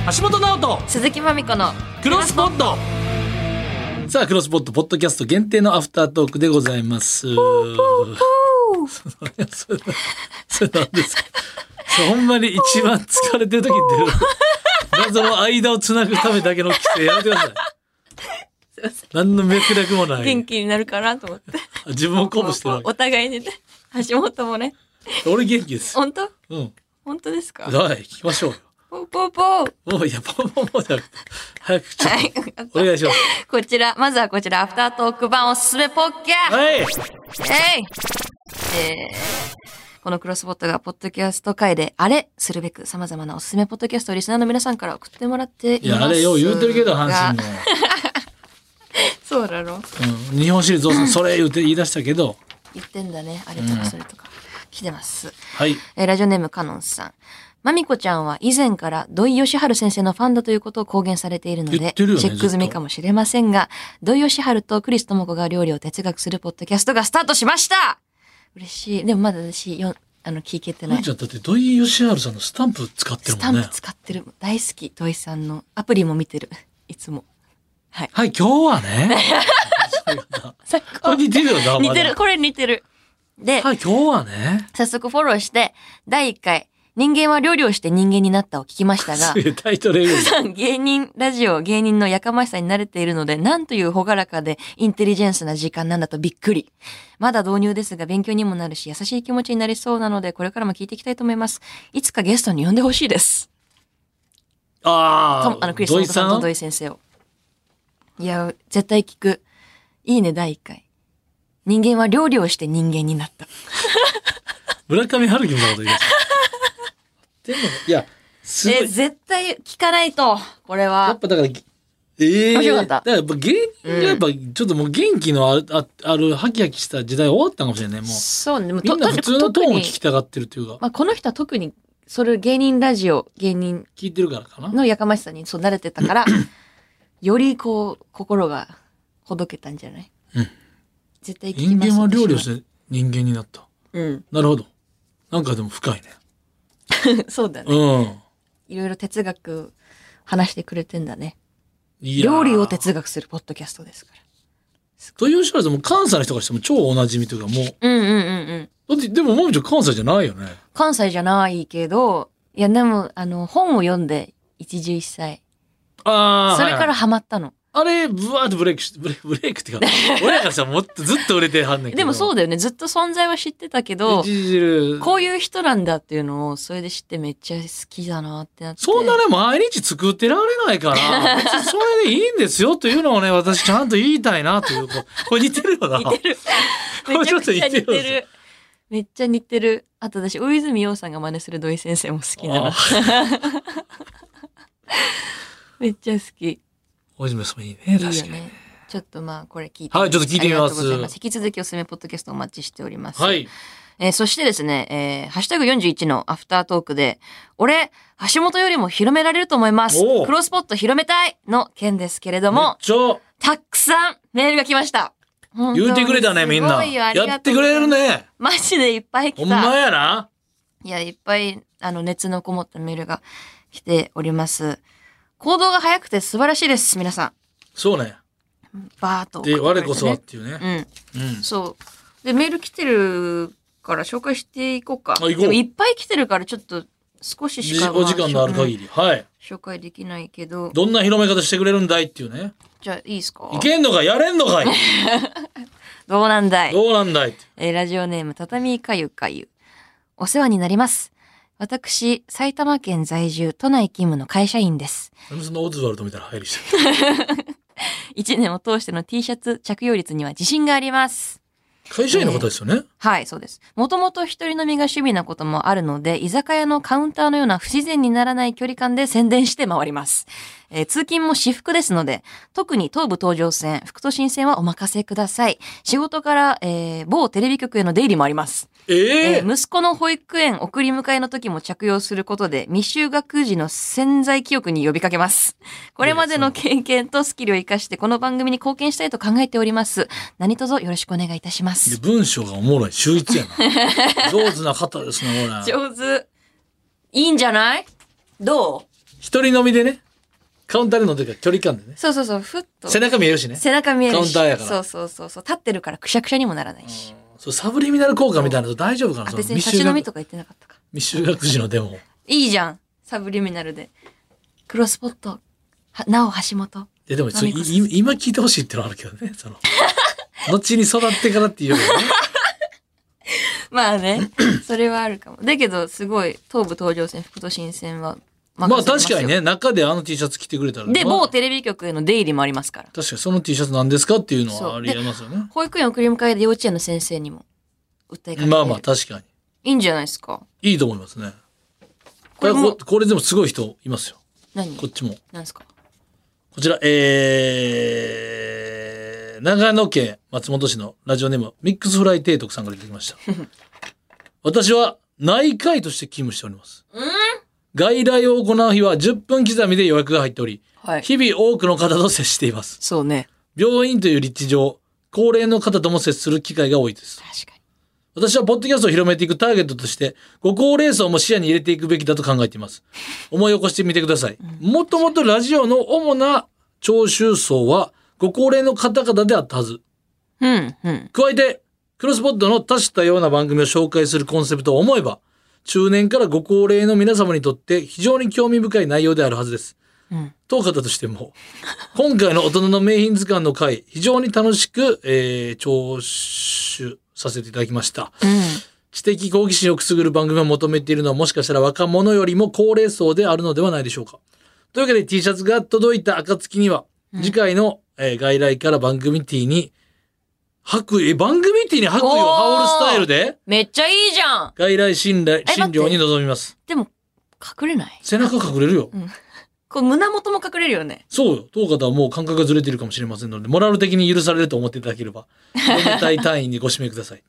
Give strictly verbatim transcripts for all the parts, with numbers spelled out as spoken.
橋本直人鈴木まみこのクロスポット。さあクロスポットポッドキャスト限定のアフタートークでございます。それそれなんですか。ほんまに一番疲れてる時に出る謎の間をつなぐためだけの規制やめてください。 すいません、 何の脈絡もない。 元気になるかなと思って自分を鼓舞してるわけ。 お互いにね、橋本もね。 俺元気です。 本当？ うん。 本当ですか？ はい、聞きましょうよ。 ポーポーポー。 もういやポーポーポーじゃなくて早くちょっと、はい、お願いします。 こちらまずはこちらアフタートーク版おすすめポッキャ。 はい。 えい。えー、このクロスポットがポッドキャスト界であれするべく様々なおすすめポッドキャストをリスナーの皆さんから送ってもらっています。 いやあれよう言うてるけど阪神もそうだろう、 うん、日本シリーズどうするそれ言うて言い出したけど言ってんだね、あれとかそれとか、うん、来てます。 はい、 えー、ラジオネームカノンさん。まみこちゃんは以前から土井善晴先生のファンだということを公言されているので、 ね、チェック済みかもしれませんが、土井善晴とクリス智子が料理を哲学するポッドキャストがスタートしました。嬉しい。でもまだ私よあの聞けてない。 だって土井善晴さんのスタンプ使ってるもんね。 スタンプ使ってる。大好き。土井さんのアプリも見てる。いつも。はい。 はい、今日はね。これ似てるよな。 似てる。これ似てる。で、 はい、今日はね。 早速フォローして、だいいっかい、人間は料理をして人間になったを聞きましたが、 タイトル普段芸人、ラジオ、芸人のやかましさに慣れているので、なんというほがらかでインテリジェンスな時間なんだとびっくり。まだ導入ですが勉強にもなるし、優しい気持ちになりそうなので、これからも聞いていきたいと思います。いつかゲストに呼んでほしいです。 ああ、 あの、クリストさんと土井先生を。いや、絶対聞く。いいね、だいいっかい。人間は料理をして人間になった。 村上春樹みたいなこと言います。でも、いや、 すごい。え、絶対聞かないと、これは。 やっぱだから、ええー、 面白かった。 だからやっぱ芸人がやっぱ、ちょっともう元気のある、ああるハキハキした時代終わったかもしれない。もう。 そうね。 みんな普通のトーンを聞きたがってるっていうか。 まあ、この人は特に、それ芸人ラジオ、芸人。 聞いてるからかな。 のやかましさにそう慣れてたから、よりこう、心がほどけたんじゃない？うん。絶対聞きます。 人間は料理をして人間になった。 うん。 なるほど。なんかでも深いね。 そうだね。 うん。 いろいろ哲学話してくれてんだね。料理を哲学するポッドキャストですから。 という人はも関西の人からしても超おなじみというかもう。 うんうんうんうん。 だってでももみちゃん関西じゃないよね。 関西じゃないけど、いやでもあの本を読んで一汁一菜。ああ。それからハマったの。 あれ、ブワーッとブレイクして、ブレイク、ブレイクっていうか、俺らからしたらもっとずっと売れてはんねんけど。 でもそうだよね。ずっと存在は知ってたけど、こういう人なんだっていうのを、それで知ってめっちゃ好きだなってなって。 そんなね、毎日作ってられないから、別にそれでいいんですよというのをね、私ちゃんと言いたいなという。これ似てるよな。 似てる。めちゃくちゃ似てる。めっちゃ似てる。あと私、大泉洋さんが真似する土井先生も好きなの。めっちゃ好き。 大泉さんもいいね、確かに。いいよね。 ちょっとまあ、これ聞いて。 はい、ちょっと聞いてみます。 引き続きおすすめポッドキャストお待ちしております。 はい。 えー、そしてですね、えー、ハッシュタグよんじゅういちのアフタートークで、俺、橋本よりも広められると思います。クロスポット広めたいの件ですけれども、たくさんメールが来ました。 言うてくれたね、みんな。やってくれるね。 マジでいっぱい来た。 ほんまやな。 いや、いっぱい、あの、熱のこもったメールが来ております。行動が早くて素晴らしいです、皆さん。 そうね。 バーっと、 ね。で、我こそはっていうね。 うん。うん。そう。で、メール来てるから紹介していこうか。 あ、行こう。 でもいっぱい来てるからちょっと少ししか。 お時間のある限り。はい。 紹介できないけど。 どんな広め方してくれるんだいっていうね。 じゃあ、いいですか？ いけんのかやれんのかいどうなんだいどうなんだいえー、ラジオネーム、たたみかゆかゆ。お世話になります。私、埼玉県在住、都内勤務の会社員です。 なんでそんなオズワルドみたいな入りしてる一年を通しての T シャツ着用率には自信があります。 会社員の方ですよね、えー、 はい、そうです。もともと一人飲みが趣味なこともあるので、居酒屋のカウンターのような不自然にならない距離感で宣伝して回ります。えー、通勤も私服ですので、特に東武東上線、副都心線はお任せください。仕事から、えー、某テレビ局への出入りもあります。 えーえー、息子の保育園送り迎えの時も着用することで未就学児の潜在記憶に呼びかけます。これまでの経験とスキルを生かしてこの番組に貢献したいと考えております。何卒よろしくお願いいたします。 文章がおもろい秀逸やな上手な方ですねこれ。 上手。いいんじゃない？どう？ 一人飲みでね、カウンターで飲んでるから距離感でね。 そうそうそう、ふっと。 背中見えるしね。 背中見えるし。 カウンターやからそうそうそうそう。立ってるからくしゃくしゃにもならないし。 そうサブリミナル効果みたいなの大丈夫かな。 あ、別に差し飲みとか言ってなかったか。 未就学児のデモ。 いいじゃん。サブリミナルで。クロスポット、はなお橋本。 いやでもそれい今聞いてほしいってのはあるけどね。その後に育ってからっていうよりね。 まあね、それはあるかも。だけど、すごい、東武東上線、副都心線はまあ確かにね、中であの T シャツ着てくれたら。 で、 まあ、 某テレビ局への出入りもありますから。 確かにその T シャツ何ですかっていうのはありえますよね。 保育園送り迎えで幼稚園の先生にも訴えかけて。 まあまあ確かに。 いいんじゃないですか。 いいと思いますね。 これもこれこれでもすごい人いますよ。 何こっちも。 何ですか。 こちら、えー、長野県松本市のラジオネーム、ミックスフライ提督さんから出てきました。私は内科医として勤務しております。外来を行う日はじゅっぷん刻みで予約が入っており、はい、日々多くの方と接しています。 そうね。 病院という立地上、高齢の方とも接する機会が多いです。 確かに。 私はポッドキャストを広めていくターゲットとして、ご高齢層も視野に入れていくべきだと考えています。思い起こしてみてください。もともとラジオの主な聴衆層は、ご高齢の方々であったはず。 うんうん、 加えて、クロスポッドの多種多様な番組を紹介するコンセプトを思えば、中年からご高齢の皆様にとって非常に興味深い内容であるはずです。うん、当方としても、今回の大人の名品図鑑の回、非常に楽しく、えー、聴取させていただきました。うん、知的好奇心をくすぐる番組を求めているのはもしかしたら若者よりも高齢層であるのではないでしょうか。というわけで T シャツが届いた暁には、うん、次回の、えー、外来から番組 T に白衣、え、番組 T に白衣を羽織るスタイルでめっちゃいいじゃん。 外来診療診療に臨みます。 でも、隠れない。 背中隠れるよ。うん、 こう胸元も隠れるよね。 そうよ。当方はもう感覚がずれているかもしれませんので、モラル的に許されると思っていただければ、重たい単位にご指名ください。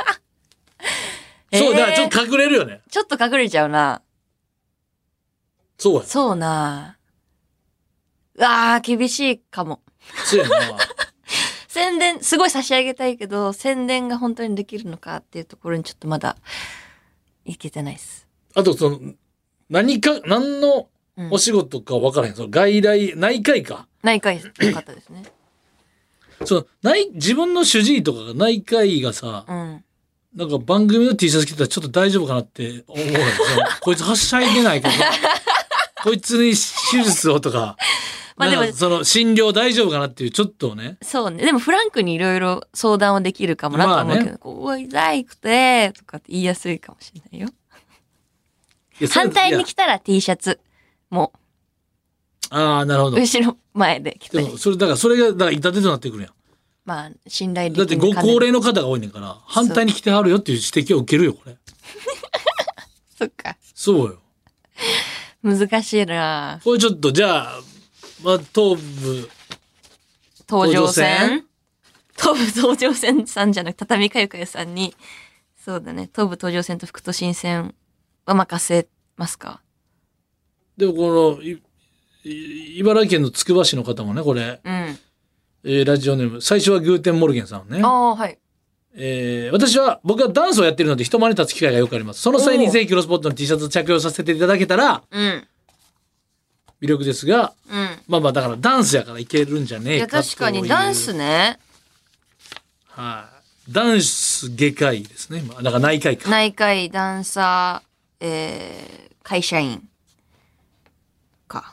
そう、だからちょっと隠れるよね。 ちょっと隠れちゃうな。 そうや。 そうな。うわー、厳しいかも。 そうやな。 宣伝、すごい差し上げたいけど、宣伝が本当にできるのかっていうところにちょっとまだ、いけてないです。 あと、その、何か、何のお仕事か分からへん。うん、その外来、内科医か。 内科医の方ですね。 その、内、自分の主治医とかが内科医がさ、うん、なんか番組の T シャツ着てたらちょっと大丈夫かなって思うよ。こいつはしゃいでないけど、こいつに手術をとか、まあでも、その診療大丈夫かなっていう、ちょっとね。 そうね。でもフランクにいろいろ相談はできるかもなと思うけど、まあね、こう、痛くて、とかって言いやすいかもしれないよ。反対に来たら T シャツ。もう。ああ、なるほど。 後ろ前で来たり。 でも、それ、だから、それが、だから痛手となってくるやん。 まあ、信頼だってご高齢の方が多いねんから、反対に来てはるよっていう指摘を受けるよ、これ。 そっか。 そうよ。 難しいな。 これちょっと、じゃあ、まあ、東武東上線東武東上線さんじゃなく畳かゆかゆさんに、そうだね、東武東上線と副都心線は任せますか。 でもこのい茨城県のつくば市の方もね、これ、うん、えー、ラジオネーム最初はグーテンモルゲンさんね。 ああ、はい。 えー、私は僕はダンスをやってるので人前に立つ機会がよくあります。その際にぜひクロスポットの T シャツを着用させていただけたら、うん、魅力ですが、うん、まあまあだからダンスやからいけるんじゃねえかという。いや確かにダンスね。 はい、あ、ダンス外科医ですね。だから内科医か。 内科医、ダンサー、えー、会社員か。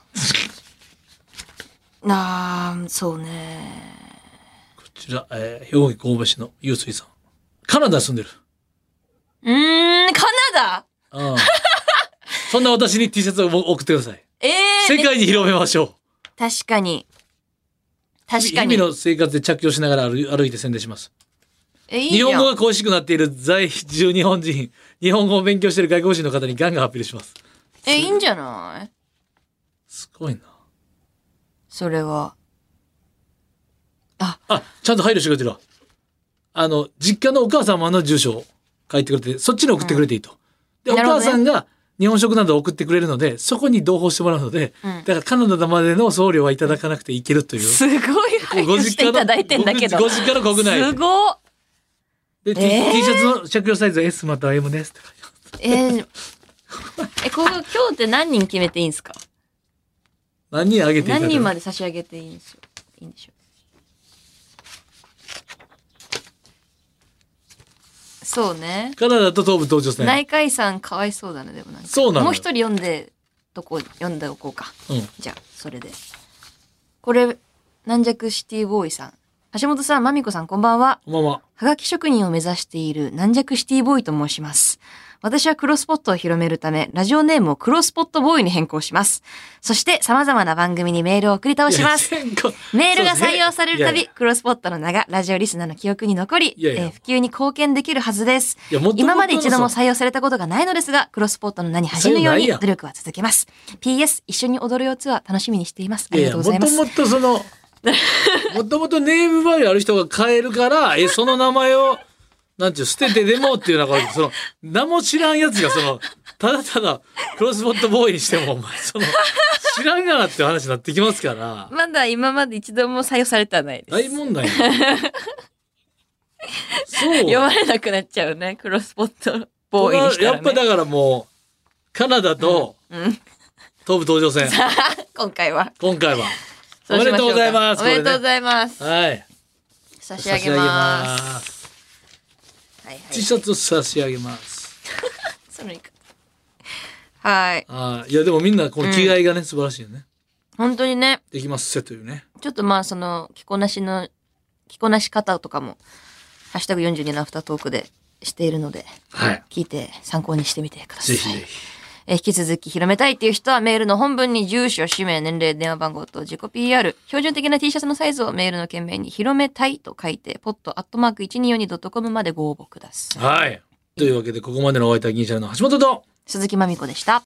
なあ、そうね。 こちら、えー、兵庫県神戸市のゆうすいさん。カナダ住んでる。 うーん、カナダ？ うん。そんな私に T シャツを送ってください。 ええー、 世界に広めましょう。 確かに。確かに。 日々の生活で着用しながら歩いて宣伝します。 え、いいじゃん。 日本語が恋しくなっている在住日本人、日本語を勉強している外国人の方にガンガンアピールします。 え、いいんじゃない？ すごいな。 それは。 あ、あ、ちゃんと配慮してくれてるわ。あの、実家のお母様の住所を書いてくれて、そっちに送ってくれていいと。うん、で、お母さんが日本食などを送ってくれるので、そこに同封してもらうので、うん、だからカナダまでの送料はいただかなくていけるという。 すごい配慮していただいてんだけど。 ご実家の国内。 すごっ。 で、えー、T シャツの着用サイズは S または M ですって書いてます。 えー、え、ここ今日って何人決めていいんですか？ 何人あげていただいた何人まで差し上げていいんですよ。いいんでしょう。そうね。 カナダと東部東上線。 内海さんかわいそうだね、でもなんか。 そうなの。 もう一人読んで、とこ、読んでおこうか。 うん。 じゃあ、それで。これ、軟弱シティボーイさん。橋本さん、まみこさん、こんばんは。 こんばんは。 はがき職人を目指している軟弱シティボーイと申します。私はクロスポットを広めるため、ラジオネームをクロスポットボーイに変更します。そして様々な番組にメールを送り倒します。メールが採用されるたび、クロスポットの名がラジオリスナーの記憶に残り、 いやいやえー普及に貢献できるはずです。 いやもともとの今まで一度も採用されたことがないのですが、クロスポットの名に恥じぬように努力は続けます。ピーエス 一緒に踊るよツアー楽しみにしています。ありがとうございます。 もともとその、もともとネームバリューある人が変えるから、え、その名前を、なんていう、捨ててでもっていうのが、その、名も知らんやつが、その、ただただ、クロスポットボーイにしても、お前、その、知らんがなっていう話になってきますから。 まだ今まで一度も採用されてはないです。 大問題や。そう。 読まれなくなっちゃうね、クロスポットボーイにしたら、ね。 やっぱだからもう、カナダと、 うんうん、 東部東上線。 今回は。 今回は。おめでとうございます。 おめでとうございます。 はい。 差し上げます。 はいはいはい、T シャツを差し上げます。 その言い方。はい。 あいやでもみんなこの気概がね、うん、素晴らしいよね。 本当にね。 できますせというね。 ちょっとまあその着こなしの着こなし方とかもハッシュタグよんじゅうにのアフタートークでしているので、はい、聞いて参考にしてみてください。ぜひぜひ。え引き続き広めたいっていう人はメールの本文に住所、氏名、年齢、電話番号と自己 ピーアール、標準的な T シャツのサイズをメールの件名に広めたいと書いて、ポットアットマーク いちにーよんにドットコム までご応募ください。 はい。というわけでここまでのお相手は銀シャリの橋本と鈴木まみこでした。